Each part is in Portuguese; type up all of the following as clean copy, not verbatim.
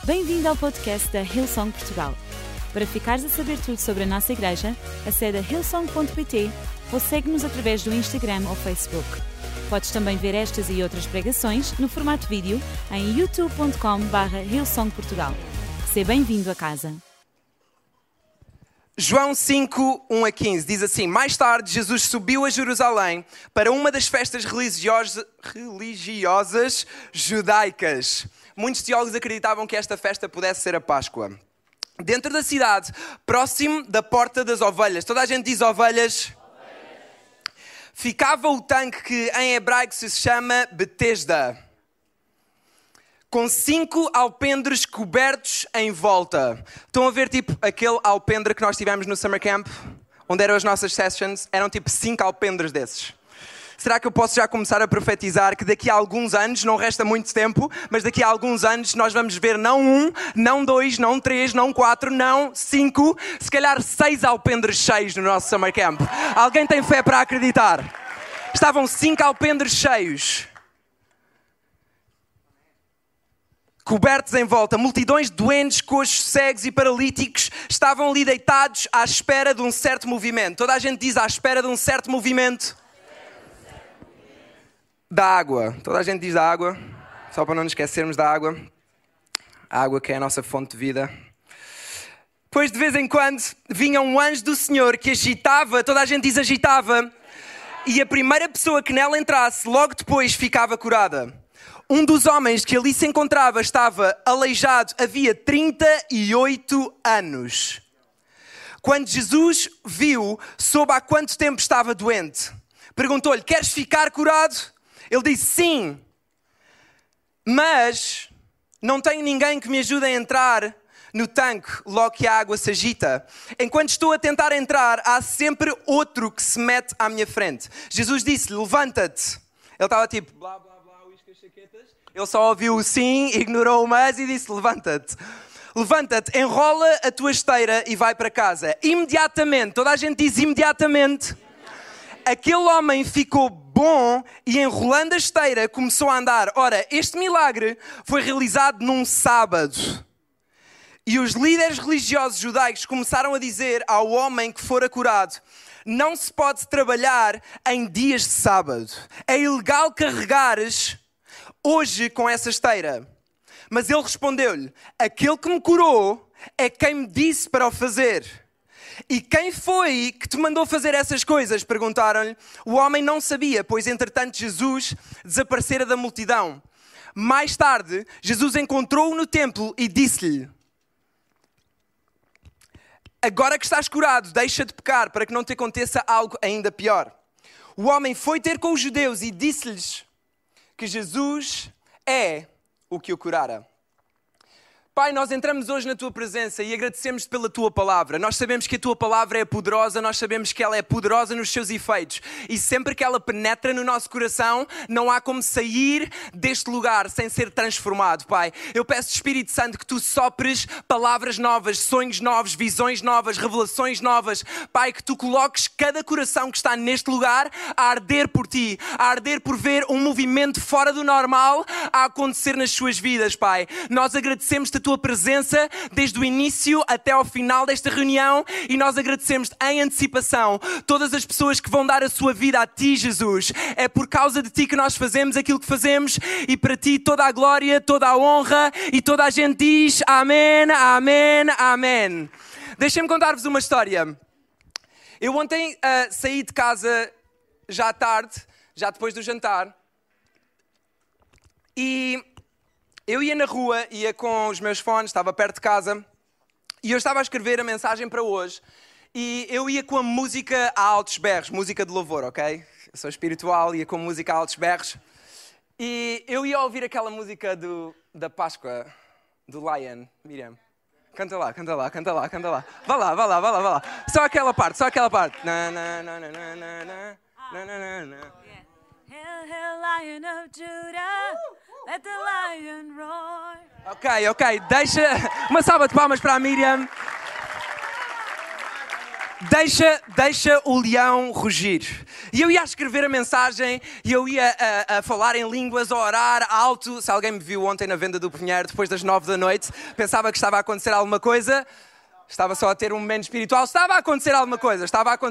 Bem-vindo ao podcast da Hillsong Portugal. Para ficares a saber tudo sobre a nossa igreja, acede a hillsong.pt ou segue-nos através do Instagram ou Facebook. Podes também ver estas e outras pregações no formato vídeo em youtube.com/hillsongportugal. Seja bem-vindo a casa. João 5, 1-15 diz assim: mais tarde Jesus subiu a Jerusalém para uma das festas religiosas judaicas. Muitos teólogos acreditavam que esta festa pudesse ser a Páscoa. Dentro da cidade, próximo da Porta das Ovelhas, toda a gente diz ovelhas, ficava o tanque que em hebraico se chama Betesda, com 5 alpendres cobertos em volta. Estão a ver tipo aquele alpendre que nós tivemos no Summer Camp, onde eram as nossas sessions? Eram tipo 5 alpendres desses. Será que eu posso já começar a profetizar que daqui a alguns anos, não resta muito tempo, mas daqui a alguns anos nós vamos ver não 1, não 2, não 3, não 4, não 5, se calhar 6 alpendres cheios no nosso Summer Camp. Alguém tem fé para acreditar? Estavam 5 alpendres cheios, cobertos em volta, multidões de doentes, coxos, cegos e paralíticos estavam ali deitados à espera de um certo movimento. Toda a gente diz à espera de um certo movimento. Da água. Toda a gente diz da água, só para não nos esquecermos da água. A água que é a nossa fonte de vida. Pois de vez em quando vinha um anjo do Senhor que agitava, toda a gente diz agitava, e a primeira pessoa que nela entrasse logo depois ficava curada. Um dos homens que ali se encontrava estava aleijado havia 38 anos. Quando Jesus viu, soube há quanto tempo estava doente. Perguntou-lhe: queres ficar curado? Ele disse: sim, mas não tenho ninguém que me ajude a entrar no tanque logo que a água se agita. Enquanto estou a tentar entrar, há sempre outro que se mete à minha frente. Jesus disse-lhe: levanta-te. Ele estava tipo blá blá blá, uíscas, chaquetas. Ele só ouviu o sim, ignorou o mas e disse: levanta-te. Levanta-te, enrola a tua esteira e vai para casa. Imediatamente, toda a gente diz imediatamente. Aquele homem ficou bom e, enrolando a esteira, começou a andar. Ora, este milagre foi realizado num sábado. E os líderes religiosos judaicos começaram a dizer ao homem que fora curado: não se pode trabalhar em dias de sábado. É ilegal carregares hoje com essa esteira. Mas ele respondeu-lhe: aquele que me curou é quem me disse para o fazer. E quem foi que te mandou fazer essas coisas? Perguntaram-lhe. O homem não sabia, pois entretanto Jesus desaparecera da multidão. Mais tarde, Jesus encontrou-o no templo e disse-lhe: agora que estás curado, deixa de pecar, para que não te aconteça algo ainda pior. O homem foi ter com os judeus e disse-lhes que Jesus é o que o curara. Pai, nós entramos hoje na Tua presença e agradecemos pela Tua palavra. Nós sabemos que a Tua palavra é poderosa, nós sabemos que ela é poderosa nos seus efeitos. E sempre que ela penetra no nosso coração, não há como sair deste lugar sem ser transformado, Pai. Eu peço, Espírito Santo, que Tu sopres palavras novas, sonhos novos, visões novas, revelações novas. Pai, que Tu coloques cada coração que está neste lugar a arder por Ti, a arder por ver um movimento fora do normal a acontecer nas suas vidas, Pai. Nós agradecemos-Te a Tua presença desde o início até ao final desta reunião e nós agradecemos em antecipação todas as pessoas que vão dar a sua vida a Ti, Jesus. É por causa de Ti que nós fazemos aquilo que fazemos e para Ti toda a glória, toda a honra, e toda a gente diz amém, amém, amém. Deixem-me contar-vos uma história. Eu ontem saí de casa já à tarde, já depois do jantar, e eu ia na rua, ia com os meus fones, estava perto de casa, e eu estava a escrever a mensagem para hoje, e eu ia com a música a altos berros, música de louvor, ok? Eu sou espiritual, ia com música a altos berros, e eu ia ouvir aquela música da Páscoa, do Lion. Miriam, canta lá, canta lá, canta lá, canta lá. Vá lá, vá lá, vá lá, vá lá. Só aquela parte, só aquela parte. Na, na, na, na, na, na, na, na, na, na. Hail, hail, Lion of Judah, let the lion roar. Ok, deixa uma salva de palmas para a Miriam. Deixa o leão rugir. E eu ia escrever a mensagem e eu ia a falar em línguas, a orar alto. Se alguém me viu ontem na venda do Pinheiro, depois das 9 da noite, pensava que estava a acontecer alguma coisa. Estava só a ter um momento espiritual. Estava a acontecer alguma coisa.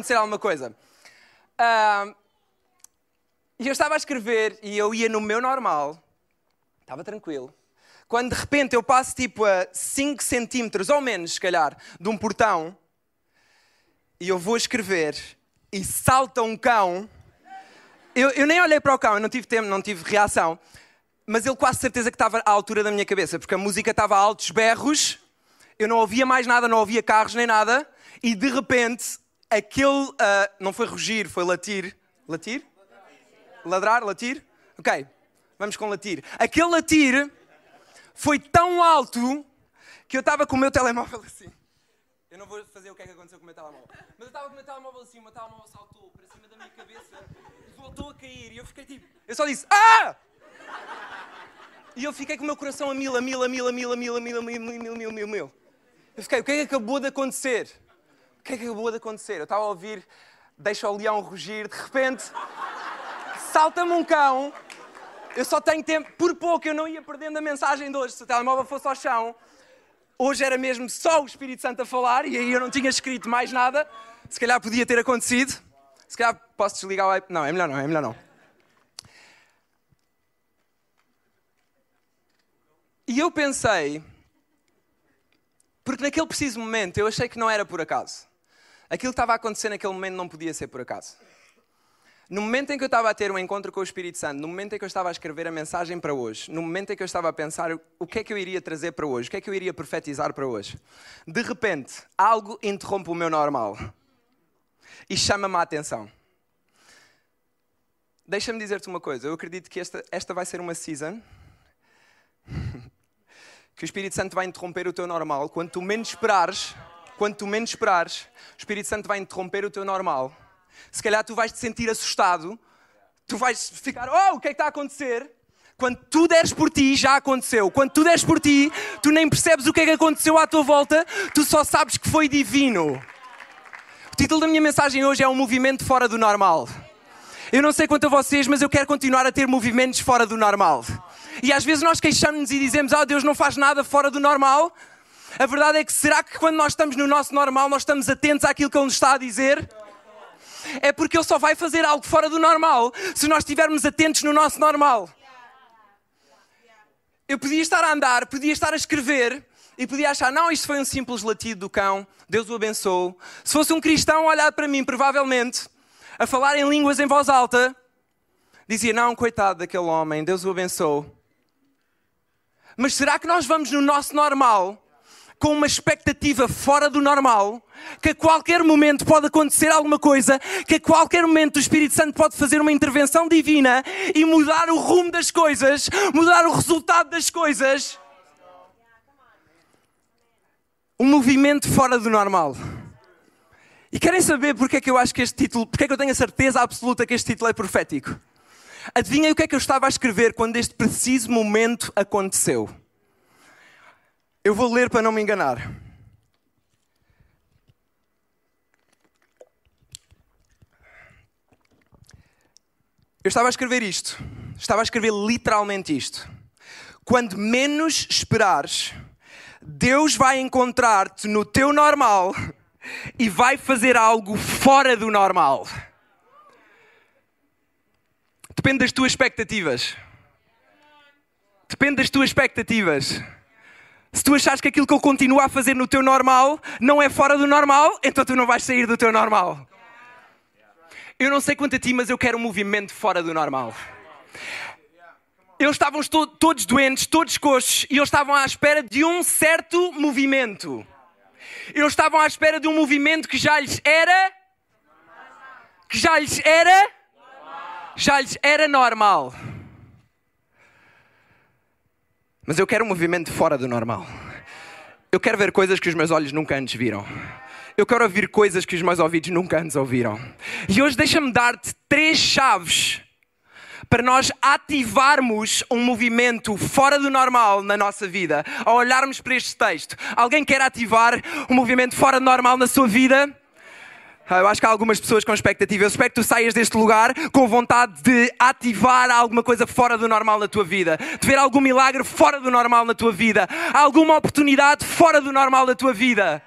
E eu estava a escrever e eu ia no meu normal. Estava tranquilo. Quando de repente eu passo tipo a 5 centímetros, ou menos se calhar, de um portão. E eu vou escrever e salta um cão. Eu nem olhei para o cão, eu não tive tempo, não tive reação. Mas ele quase certeza que estava à altura da minha cabeça, porque a música estava a altos berros, eu não ouvia mais nada, não ouvia carros nem nada, e de repente, aquele... não foi rugir, foi latir. Latir? Ladrar? Latir? Ok, vamos com latir. Aquele latir foi tão alto que eu estava com o meu telemóvel assim. Eu não vou fazer o que é que aconteceu com o meu telemóvel. Mas eu estava com o meu telemóvel assim, o meu telemóvel saltou para cima da minha cabeça e voltou a cair. E eu fiquei tipo... Eu só disse, ah! E eu fiquei com o meu coração a mil. Eu fiquei, o que é que acabou de acontecer? Eu estava a ouvir, deixa o leão rugir, de repente, salta-me um cão. Eu só tenho tempo, por pouco eu não ia perdendo a mensagem de hoje. Se o telemóvel fosse ao chão... Hoje era mesmo só o Espírito Santo a falar e aí eu não tinha escrito mais nada. Se calhar podia ter acontecido. Se calhar posso desligar o iPad. Não, é melhor não. E eu pensei, porque naquele preciso momento eu achei que não era por acaso. Aquilo que estava a acontecer naquele momento não podia ser por acaso. No momento em que eu estava a ter um encontro com o Espírito Santo, no momento em que eu estava a escrever a mensagem para hoje, no momento em que eu estava a pensar o que é que eu iria trazer para hoje, o que é que eu iria profetizar para hoje, de repente, algo interrompe o meu normal e chama-me a atenção. Deixa-me dizer-te uma coisa, eu acredito que esta vai ser uma season que o Espírito Santo vai interromper o teu normal. Quando tu menos esperares, o Espírito Santo vai interromper o teu normal. Se calhar tu vais te sentir assustado, tu vais ficar, o que é que está a acontecer? Quando tu deres por ti, já aconteceu. Quando tu deres por ti, tu nem percebes o que é que aconteceu à tua volta, tu só sabes que foi divino. O título da minha mensagem hoje é um movimento fora do normal. Eu não sei quanto a vocês, mas eu quero continuar a ter movimentos fora do normal. E às vezes nós queixamos-nos e dizemos, Deus não faz nada fora do normal. A verdade é que será que quando nós estamos no nosso normal, nós estamos atentos àquilo que Ele nos está a dizer? É porque Ele só vai fazer algo fora do normal se nós estivermos atentos no nosso normal. Eu podia estar a andar, podia estar a escrever e podia achar, não, isto foi um simples latido do cão, Deus o abençoe. Se fosse um cristão a olhar para mim, provavelmente, a falar em línguas em voz alta, dizia, não, coitado daquele homem, Deus o abençoe. Mas será que nós vamos no nosso normal com uma expectativa fora do normal, que a qualquer momento pode acontecer alguma coisa, que a qualquer momento o Espírito Santo pode fazer uma intervenção divina e mudar o rumo das coisas, mudar o resultado das coisas? Um movimento fora do normal. E querem saber porque é que eu acho que este título, porque é que eu tenho a certeza absoluta que este título é profético? Adivinhem o que é que eu estava a escrever quando este preciso momento aconteceu? Eu vou ler para não me enganar. Eu estava a escrever isto. Estava a escrever literalmente isto. Quando menos esperares, Deus vai encontrar-te no teu normal e vai fazer algo fora do normal. Depende das tuas expectativas. Se tu achares que aquilo que Ele continua a fazer no teu normal não é fora do normal, então tu não vais sair do teu normal. Eu não sei quanto a ti, mas eu quero um movimento fora do normal. Eles estavam todos doentes, todos coxos, e eles estavam à espera de um certo movimento. Eles estavam à espera de um movimento que já lhes era normal. Mas eu quero um movimento fora do normal. Eu quero ver coisas que os meus olhos nunca antes viram. Eu quero ouvir coisas que os meus ouvidos nunca antes ouviram. E hoje deixa-me dar-te 3 chaves para nós ativarmos um movimento fora do normal na nossa vida. Ao olharmos para este texto, alguém quer ativar um movimento fora do normal na sua vida? Eu acho que há algumas pessoas com expectativa. Eu espero que tu saias deste lugar com vontade de ativar alguma coisa fora do normal na tua vida. De ver algum milagre fora do normal na tua vida. Alguma oportunidade fora do normal na tua vida.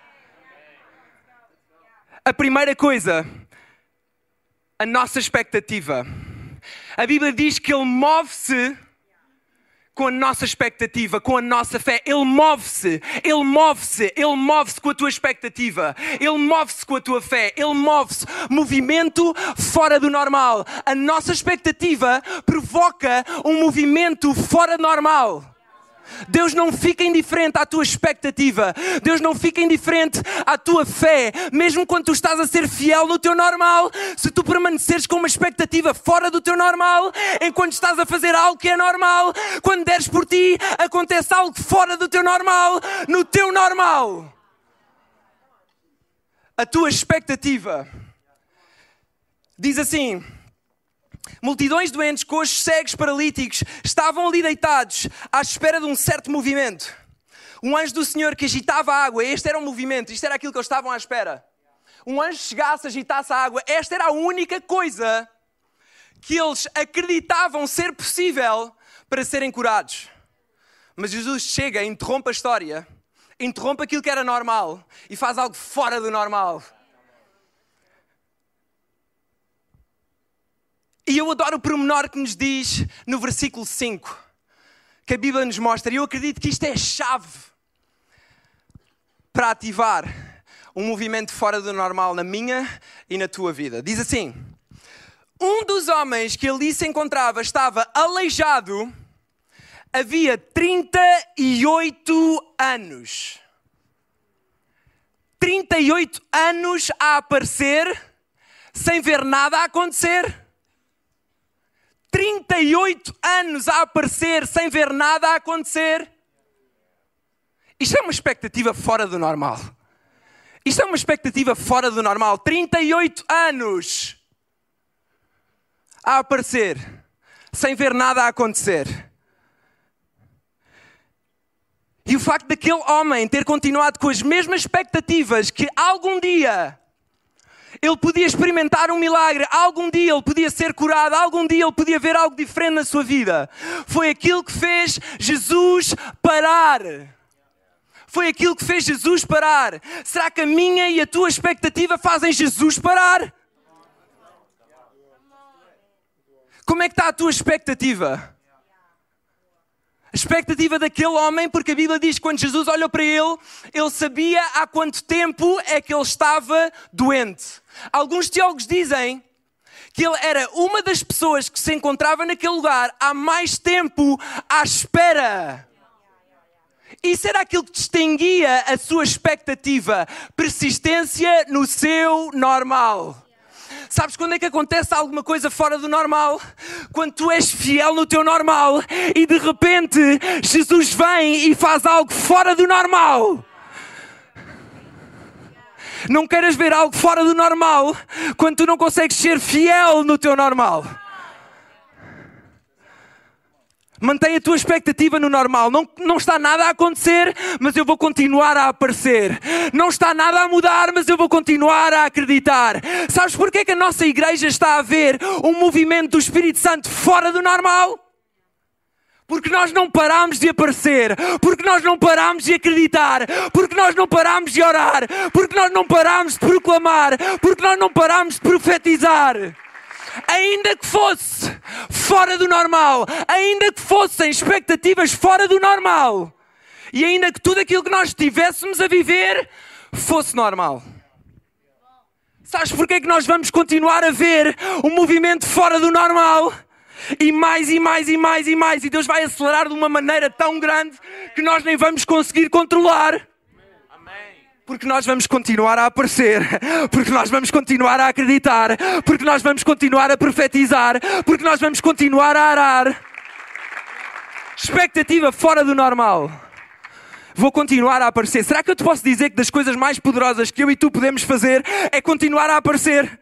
A primeira coisa, a nossa expectativa. A Bíblia diz que Ele move-se com a nossa expectativa, com a nossa fé. Ele move-se com a tua expectativa. Ele move-se com a tua fé. Ele move-se. Movimento fora do normal. A nossa expectativa provoca um movimento fora do normal. Deus não fica indiferente à tua expectativa. Deus não fica indiferente à tua fé. Mesmo quando tu estás a ser fiel no teu normal, se tu permaneceres com uma expectativa fora do teu normal, enquanto estás a fazer algo que é normal, quando deres por ti, acontece algo fora do teu normal, no teu normal. A tua expectativa. Diz assim: multidões doentes, coxos, cegos, paralíticos estavam ali deitados à espera de um certo movimento. Um anjo do Senhor que agitava a água. Este era o movimento, isto era aquilo que eles estavam à espera. Um anjo chegasse, agitasse a água. Esta era a única coisa que eles acreditavam ser possível para serem curados. Mas Jesus chega, interrompe a história, interrompe aquilo que era normal e faz algo fora do normal. E eu adoro o pormenor que nos diz no versículo 5, que a Bíblia nos mostra. E eu acredito que isto é a chave para ativar um movimento fora do normal na minha e na tua vida. Diz assim: um dos homens que ali se encontrava estava aleijado havia 38 anos. 38 anos a aparecer sem ver nada a acontecer. 38 anos a aparecer sem ver nada a acontecer. Isto é uma expectativa fora do normal. Isto é uma expectativa fora do normal. 38 anos a aparecer sem ver nada a acontecer. E o facto daquele homem ter continuado com as mesmas expectativas que algum dia ele podia experimentar um milagre, algum dia ele podia ser curado, algum dia ele podia ver algo diferente na sua vida. Foi aquilo que fez Jesus parar. Foi aquilo que fez Jesus parar. Será que a minha e a tua expectativa fazem Jesus parar? Como é que está a tua expectativa? A expectativa daquele homem, porque a Bíblia diz que quando Jesus olhou para ele, ele sabia há quanto tempo é que ele estava doente. Alguns teólogos dizem que ele era uma das pessoas que se encontrava naquele lugar há mais tempo à espera. Isso era aquilo que distinguia a sua expectativa, persistência no seu normal. Sabes quando é que acontece alguma coisa fora do normal? Quando tu és fiel no teu normal e de repente Jesus vem e faz algo fora do normal. Não queiras ver algo fora do normal quando tu não consegues ser fiel no teu normal. Mantém a tua expectativa no normal. Não está nada a acontecer, mas eu vou continuar a aparecer. Não está nada a mudar, mas eu vou continuar a acreditar. Sabes porquê que a nossa igreja está a ver um movimento do Espírito Santo fora do normal? Porque nós não paramos de aparecer. Porque nós não paramos de acreditar. Porque nós não paramos de orar. Porque nós não paramos de proclamar. Porque nós não paramos de profetizar. Ainda que fosse fora do normal, ainda que fossem expectativas fora do normal, e ainda que tudo aquilo que nós estivéssemos a viver fosse normal. Sabes porquê é que nós vamos continuar a ver um movimento fora do normal? E mais, e mais, e mais, e mais. E Deus vai acelerar de uma maneira tão grande que nós nem vamos conseguir controlar. Porque nós vamos continuar a aparecer, porque nós vamos continuar a acreditar, porque nós vamos continuar a profetizar, porque nós vamos continuar a arar. Expectativa fora do normal. Vou continuar a aparecer. Será que eu te posso dizer que das coisas mais poderosas que eu e tu podemos fazer é continuar a aparecer?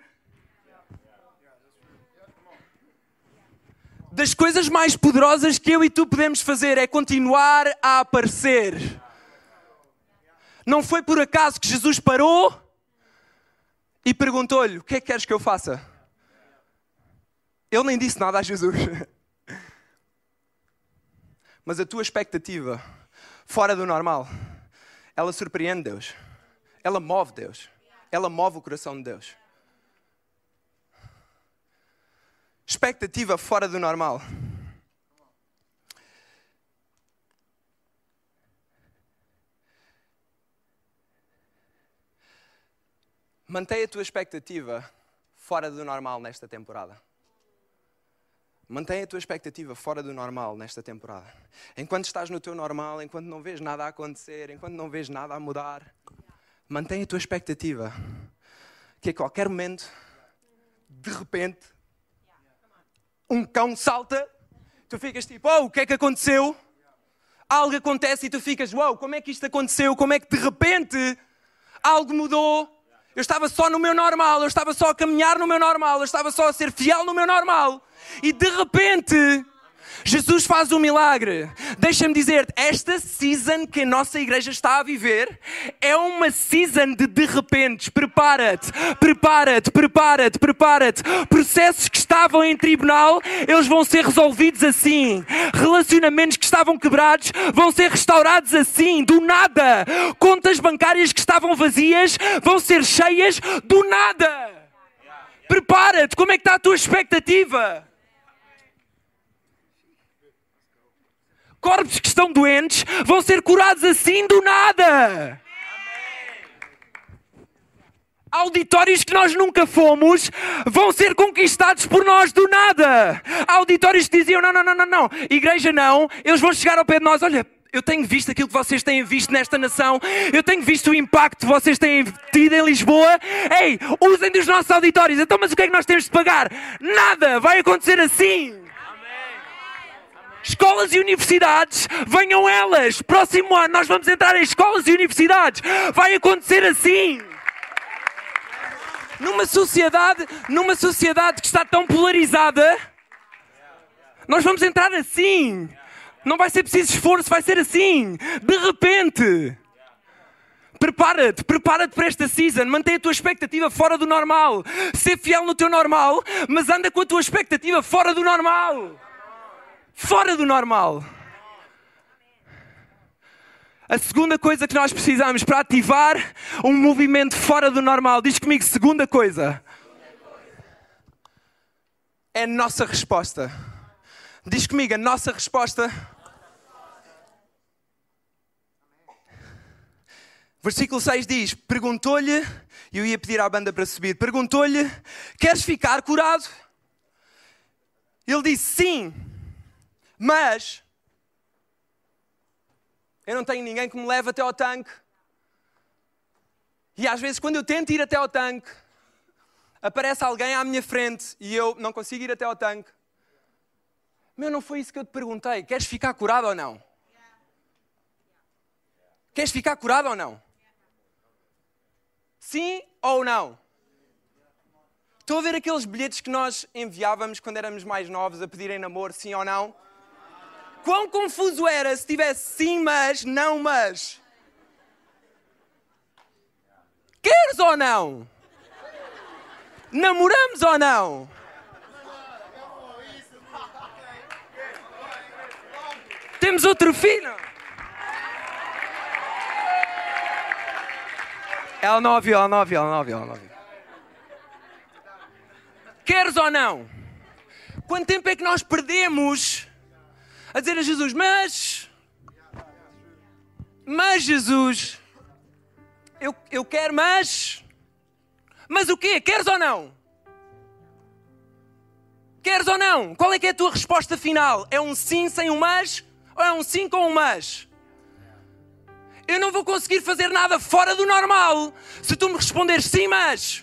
Das coisas mais poderosas que eu e tu podemos fazer é continuar a aparecer. Não foi por acaso que Jesus parou e perguntou-lhe, o que é que queres que eu faça? Ele nem disse nada a Jesus. Mas a tua expectativa, fora do normal, ela surpreende Deus. Ela move Deus. Ela move o coração de Deus. Expectativa fora do normal. Mantém a tua expectativa fora do normal nesta temporada. Mantém a tua expectativa fora do normal nesta temporada. Enquanto estás no teu normal, enquanto não vês nada a acontecer, enquanto não vês nada a mudar, mantém a tua expectativa que a qualquer momento, de repente, um cão salta, tu ficas tipo, oh, o que é que aconteceu? Algo acontece e tu ficas, uau, como é que isto aconteceu? Como é que de repente algo mudou? Eu estava só no meu normal, eu estava só a caminhar no meu normal, eu estava só a ser fiel no meu normal. E de repente, Jesus faz um milagre. Deixa-me dizer-te, esta season que a nossa igreja está a viver é uma season de repentes. Prepara-te, prepara-te, prepara-te, prepara-te. Processos que estavam em tribunal, eles vão ser resolvidos assim. Relacionamentos que estavam quebrados vão ser restaurados assim, do nada. Contas bancárias que estavam vazias vão ser cheias do nada. Prepara-te, como é que está a tua expectativa? Corpos que estão doentes vão ser curados assim do nada. Auditórios que nós nunca fomos vão ser conquistados por nós do nada. Auditórios que diziam, não, igreja não, eles vão chegar ao pé de nós, olha, eu tenho visto aquilo que vocês têm visto nesta nação, eu tenho visto o impacto que vocês têm tido em Lisboa. Ei, usem dos nossos auditórios. Então, mas o que é que nós temos de pagar? Nada, vai acontecer assim. Escolas e universidades, venham elas. Próximo ano nós vamos entrar em escolas e universidades. Vai acontecer assim. Numa sociedade que está tão polarizada, nós vamos entrar assim. Não vai ser preciso esforço, vai ser assim. De repente. Prepara-te para esta season. Mantém a tua expectativa fora do normal. Ser fiel no teu normal, mas anda com a tua expectativa fora do normal. Fora do normal. A segunda coisa que nós precisamos para ativar um movimento fora do normal, diz comigo, segunda coisa, é a nossa resposta. Diz comigo, a nossa resposta. Versículo 6 diz, perguntou-lhe, e eu ia pedir à banda para subir, perguntou-lhe, queres ficar curado? Ele disse, sim. Mas eu não tenho ninguém que me leve até ao tanque. E às vezes quando eu tento ir até ao tanque, aparece alguém à minha frente e eu não consigo ir até ao tanque. Meu, não foi isso que eu te perguntei. Queres ficar curado ou não? Queres ficar curado ou não? Sim ou não? Estou a ver aqueles bilhetes que nós enviávamos quando éramos mais novos a pedirem namoro, sim ou não? Quão confuso era se tivesse sim, mas, não, mas. Queres ou não? Namoramos ou não? Temos outro filho? Ela não ouviu. Queres ou não? Quanto tempo é que nós perdemos a dizer a Jesus, mas Jesus, eu quero, mas o quê? Queres ou não? Queres ou não? Qual é que é a tua resposta final? É um sim sem um mas? Ou é um sim com um mas? Eu não vou conseguir fazer nada fora do normal se tu me responderes sim, mas.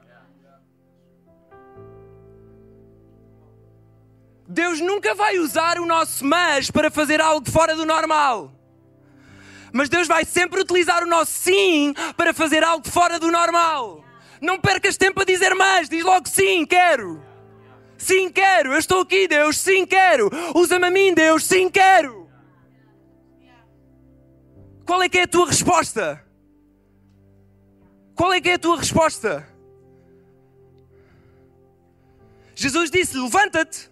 Deus nunca vai usar o nosso mas para fazer algo fora do normal. Mas Deus vai sempre utilizar o nosso sim para fazer algo fora do normal. Não percas tempo a dizer mas, diz logo sim, quero. Sim, quero. Eu estou aqui, Deus, sim, quero. Usa-me a mim, Deus, sim, quero. Qual é que é a tua resposta? Qual é que é a tua resposta? Jesus disse: levanta-te.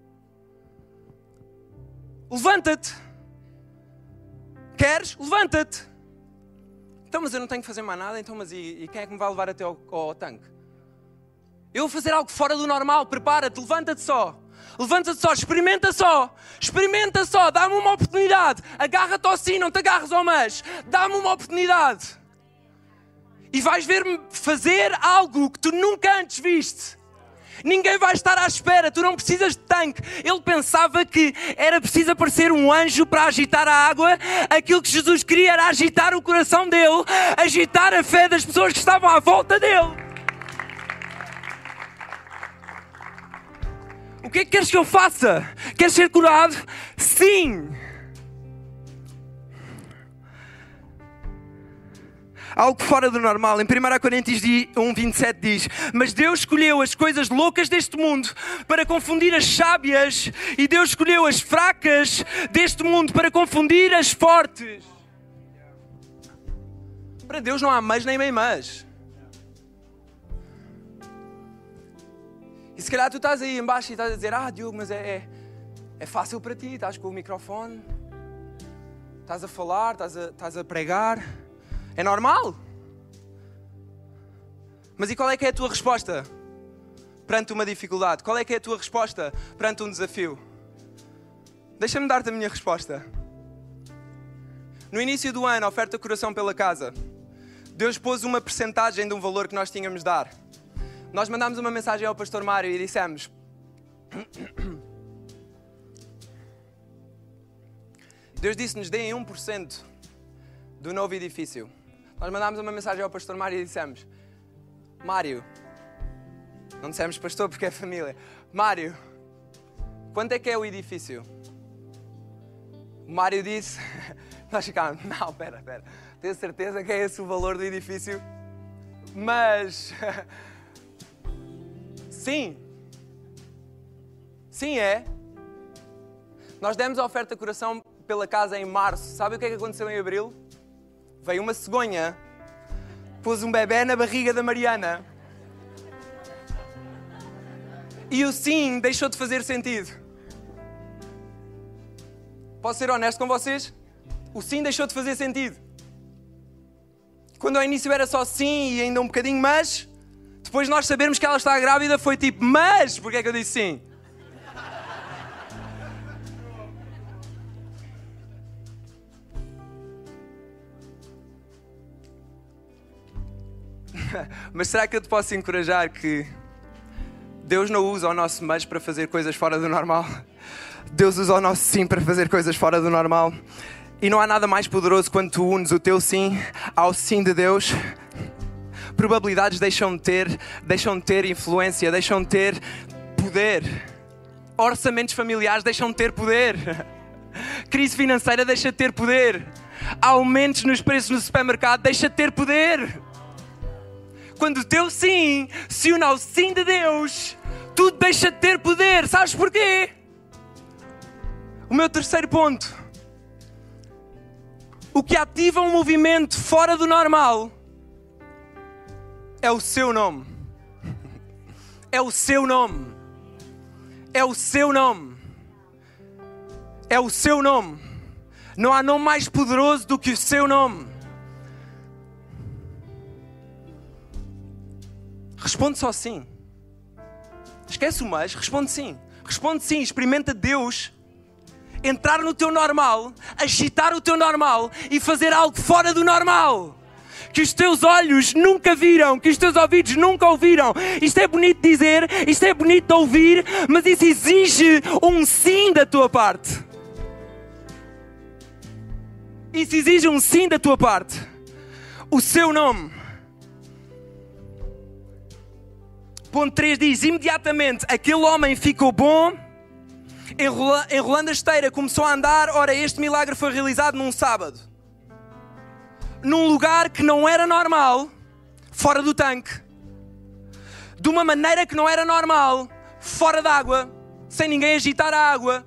Levanta-te. Queres? Levanta-te. Então, mas eu não tenho que fazer mais nada, então, mas e quem é que me vai levar até ao tanque? Eu vou fazer algo fora do normal, prepara-te, levanta-te só. Levanta-te só, experimenta só, dá-me uma oportunidade. Agarra-te ao sim, não te agarres ao mas. Dá-me uma oportunidade. E vais ver-me fazer algo que tu nunca antes viste. Ninguém vai estar à espera, tu não precisas de tanque. Ele pensava que era preciso aparecer um anjo para agitar a água. Aquilo que Jesus queria era agitar o coração dele, agitar a fé das pessoas que estavam à volta dele. O que é que queres que eu faça? Queres ser curado? Sim! Algo fora do normal. Em 1 Coríntios 1:27 diz: mas Deus escolheu as coisas loucas deste mundo para confundir as sábias, e Deus escolheu as fracas deste mundo para confundir as fortes. Para Deus não há mas nem meio mas. E se calhar tu estás aí em baixo e estás a dizer: Diogo, mas é fácil para ti, estás com o microfone, estás a falar, estás a pregar. É normal. Mas e qual é que é a tua resposta perante uma dificuldade? Qual é que é a tua resposta perante um desafio? Deixa-me dar-te a minha resposta. No início do ano, a oferta Coração pela Casa, Deus pôs uma percentagem de um valor que nós tínhamos de dar. Nós mandámos uma mensagem ao pastor Mário e dissemos: Deus disse-nos: deem 1% do novo edifício. Nós mandámos uma mensagem ao pastor Mário e dissemos: Mário, não dissemos pastor porque é família, Mário, quanto é que é o edifício? O Mário disse, nós ficámos: não, espera, tenho certeza que é esse o valor do edifício? Mas, sim é. Nós demos a oferta Coração pela Casa em março. Sabe o que é que aconteceu em abril? Veio uma cegonha, pôs um bebê na barriga da Mariana. E o sim deixou de fazer sentido. Posso ser honesto com vocês? O sim deixou de fazer sentido. Quando ao início era só sim e ainda um bocadinho mas, depois nós sabermos que ela está grávida foi tipo: mas, porque é que eu disse sim? Mas será que eu te posso encorajar que Deus não usa o nosso mas para fazer coisas fora do normal? Deus usa o nosso sim para fazer coisas fora do normal. E não há nada mais poderoso quando tu unes o teu sim ao sim de Deus. Probabilidades deixam de ter influência, deixam de ter poder. Orçamentos familiares deixam de ter poder. Crise financeira deixa de ter poder. Aumentos nos preços no supermercado deixa de ter poder. Quando o teu sim se une ao sim de Deus, tudo deixa de ter poder. Sabes porquê? O meu terceiro ponto. O que ativa um movimento fora do normal é o seu nome. É o seu nome. É o seu nome. É o seu nome. Não há nome mais poderoso do que o seu nome. Responde só sim. Esquece o mas, responde sim. Responde sim, experimenta Deus entrar no teu normal, agitar o teu normal e fazer algo fora do normal. Que os teus olhos nunca viram, que os teus ouvidos nunca ouviram. Isto é bonito dizer, isto é bonito de ouvir, mas isso exige um sim da tua parte. Isso exige um sim da tua parte. O seu nome. Ponto 3 diz: imediatamente aquele homem ficou bom, enrolando a esteira, começou a andar. Ora, este milagre foi realizado num sábado. Num lugar que não era normal, fora do tanque. De uma maneira que não era normal, fora d'água, sem ninguém agitar a água.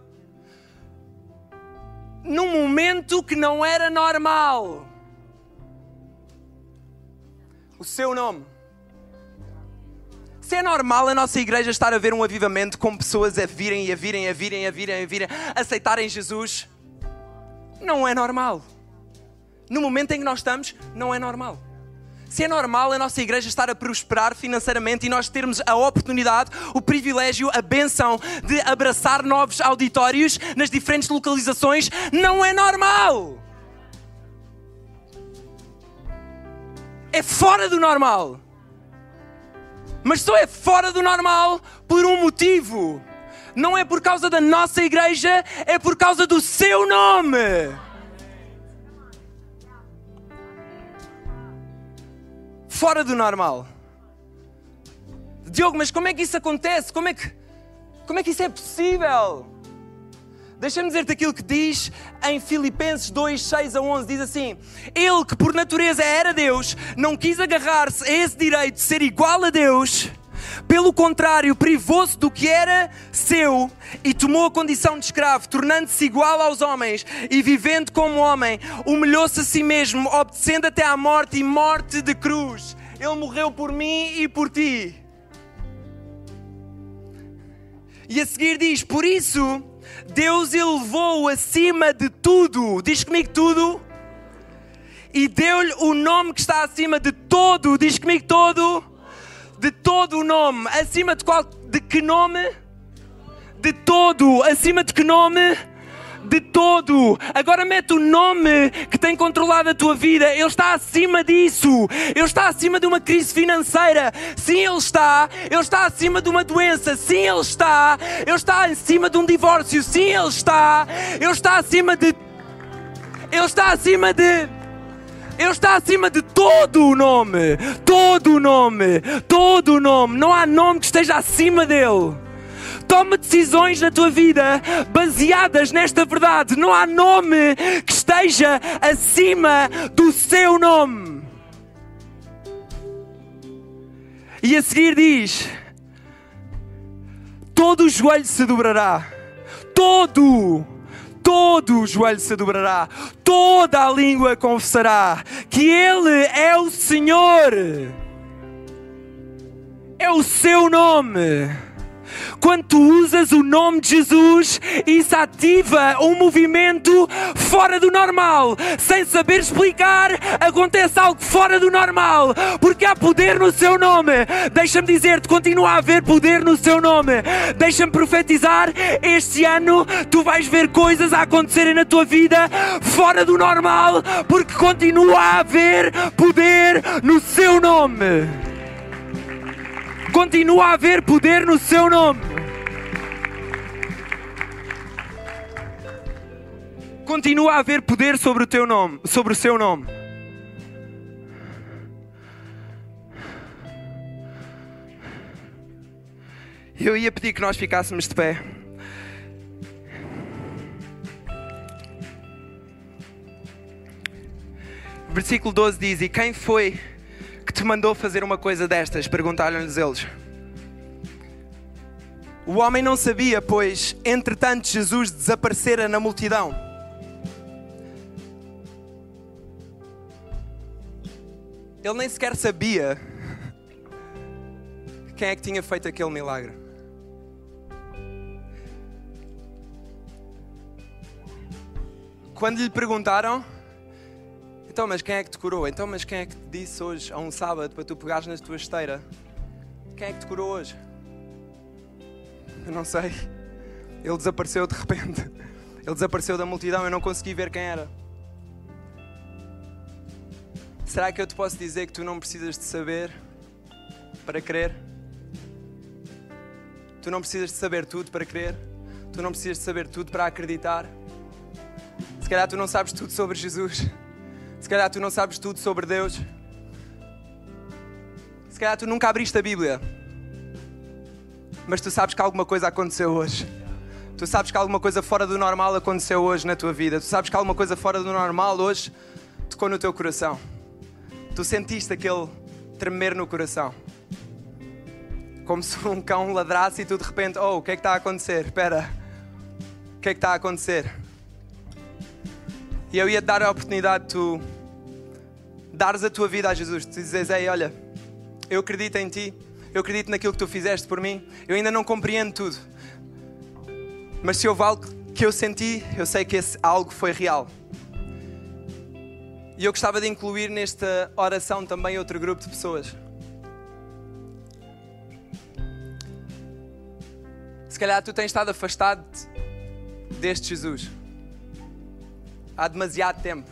Num momento que não era normal. O seu nome. Se é normal a nossa igreja estar a ver um avivamento com pessoas a virem, aceitarem Jesus, não é normal. No momento em que nós estamos, não é normal. Se é normal a nossa igreja estar a prosperar financeiramente e nós termos a oportunidade, o privilégio, a bênção de abraçar novos auditórios nas diferentes localizações, não é normal. É fora do normal. Mas só é fora do normal por um motivo. Não é por causa da nossa igreja, é por causa do seu nome. Fora do normal. Diogo, mas como é que isso acontece? Como é que isso é possível? Deixa-me dizer-te aquilo que diz em Filipenses 2, 6 a 11. Diz assim: Ele que por natureza era Deus, não quis agarrar-se a esse direito de ser igual a Deus. Pelo contrário, privou-se do que era seu e tomou a condição de escravo, tornando-se igual aos homens e vivendo como homem, humilhou-se a si mesmo, obedecendo até à morte e morte de cruz. Ele morreu por mim e por ti. E a seguir diz: por isso Deus elevou-o acima de tudo. Diz comigo tudo. E deu-lhe o nome que está acima de todo. Diz comigo todo. De todo o nome. Acima de qual? De que nome? De todo. Acima de que nome? De todo. Agora mete o nome que tem controlado a tua vida. Ele está acima disso. Ele está acima de uma crise financeira. Sim, Ele está. Ele está acima de uma doença. Sim, Ele está. Ele está acima de um divórcio. Sim, Ele está. Ele está acima de... Ele está acima de... Ele está acima de todo o nome. Todo o nome. Todo o nome. Não há nome que esteja acima dele. Toma decisões na tua vida baseadas nesta verdade. Não há nome que esteja acima do seu nome. E a seguir diz: todo o joelho se dobrará. Todo o joelho se dobrará. Toda a língua confessará que Ele é o Senhor. É o seu nome. Quando tu usas o nome de Jesus, isso ativa um movimento fora do normal. Sem saber explicar, acontece algo fora do normal. Porque há poder no seu nome. Deixa-me dizer-te, continua a haver poder no seu nome. Deixa-me profetizar, este ano tu vais ver coisas a acontecerem na tua vida fora do normal. Porque continua a haver poder no seu nome. Continua a haver poder no seu nome. Continua a haver poder sobre o teu nome, sobre o seu nome. Eu ia pedir que nós ficássemos de pé. Versículo 12 diz: e quem foi que te mandou fazer uma coisa destas? Perguntaram-lhes eles. O homem não sabia, pois, entretanto, Jesus desaparecera na multidão. Ele nem sequer sabia quem é que tinha feito aquele milagre. Quando lhe perguntaram: então, mas quem é que te curou? Então, mas quem é que te disse hoje, a um sábado, para tu pegares na tua esteira? Quem é que te curou hoje? Eu não sei. Ele desapareceu de repente. Ele desapareceu da multidão, eu não consegui ver quem era. Será que eu te posso dizer que tu não precisas de saber para crer? Tu não precisas de saber tudo para crer? Tu não precisas de saber tudo para acreditar? Se calhar tu não sabes tudo sobre Jesus. Se calhar tu não sabes tudo sobre Deus. Se calhar tu nunca abriste a Bíblia. Mas tu sabes que alguma coisa aconteceu hoje. Tu sabes que alguma coisa fora do normal aconteceu hoje na tua vida. Tu sabes que alguma coisa fora do normal hoje tocou no teu coração. Tu sentiste aquele tremer no coração. Como se um cão ladrasse e tu de repente: oh, o que é que está a acontecer? Espera, o que é que está a acontecer? E eu ia te dar a oportunidade de tu dares a tua vida a Jesus. Tu dizes: ei, olha, eu acredito em ti. Eu acredito naquilo que tu fizeste por mim. Eu ainda não compreendo tudo. Mas se houve algo que eu senti, eu sei que esse algo foi real. E eu gostava de incluir nesta oração também outro grupo de pessoas. Se calhar tu tens estado afastado deste Jesus há demasiado tempo.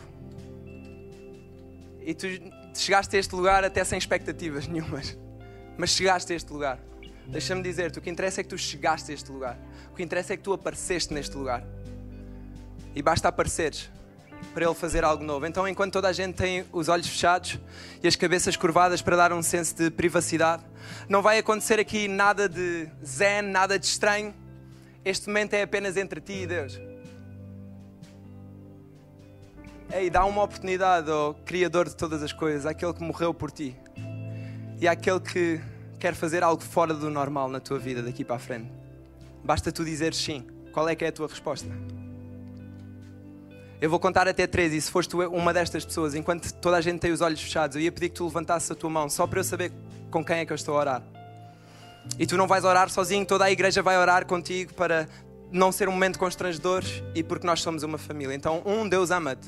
E tu chegaste a este lugar até sem expectativas nenhumas. Mas chegaste a este lugar. Deixa-me dizer-te, o que interessa é que tu chegaste a este lugar. O que interessa é que tu apareceste neste lugar. E basta apareceres para Ele fazer algo novo. Então, enquanto toda a gente tem os olhos fechados e as cabeças curvadas para dar um senso de privacidade, não vai acontecer aqui nada de zen, nada de estranho. Este momento é apenas entre ti e Deus. Ei, dá uma oportunidade ao Criador de todas as coisas, àquele que morreu por ti e àquele que quer fazer algo fora do normal na tua vida daqui para a frente. Basta tu dizeres sim. Qual é que é a tua resposta? Eu vou contar até 3 e se foste tu uma destas pessoas, enquanto toda a gente tem os olhos fechados, eu ia pedir que tu levantasses a tua mão só para eu saber com quem é que eu estou a orar. E tu não vais orar sozinho, toda a igreja vai orar contigo para não ser um momento constrangedor e porque nós somos uma família. Então, 1, Deus ama-te.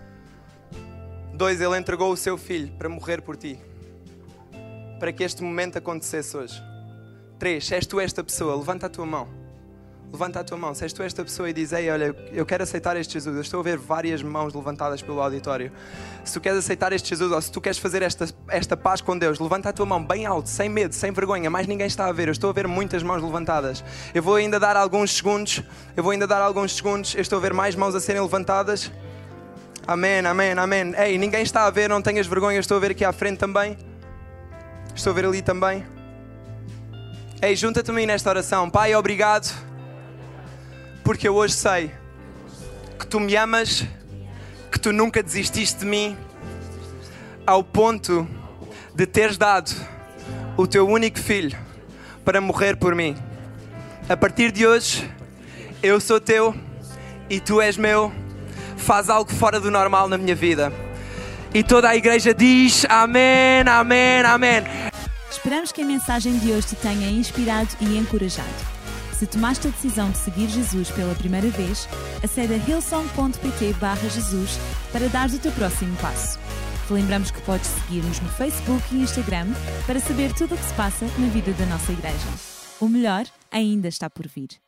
2, Ele entregou o seu filho para morrer por ti, para que este momento acontecesse hoje. 3, se és tu esta pessoa, levanta a tua mão. Levanta a tua mão, se és tu esta pessoa e diz: ei, olha, eu quero aceitar este Jesus. Eu estou a ver várias mãos levantadas pelo auditório. Se tu queres aceitar este Jesus, ou se tu queres fazer esta paz com Deus, levanta a tua mão bem alto, sem medo, sem vergonha. Mais ninguém está a ver, eu estou a ver muitas mãos levantadas. Eu vou ainda dar alguns segundos. Eu estou a ver mais mãos a serem levantadas. Amém, amém, amém. Ei, ninguém está a ver, não tenhas vergonha. Eu estou a ver aqui à frente também. Estou a ver ali também. Ei, junta-te a mim nesta oração. Pai, obrigado, porque eu hoje sei que tu me amas, que tu nunca desististe de mim, ao ponto de teres dado o teu único filho para morrer por mim. A partir de hoje, eu sou teu e tu és meu. Faz algo fora do normal na minha vida. E toda a igreja diz amém, amém, amém. Esperamos que a mensagem de hoje te tenha inspirado e encorajado. Se tomaste a decisão de seguir Jesus pela primeira vez, acede a hillsong.pt/Jesus para dares o teu próximo passo. Te lembramos que podes seguir-nos no Facebook e Instagram para saber tudo o que se passa na vida da nossa igreja. O melhor ainda está por vir.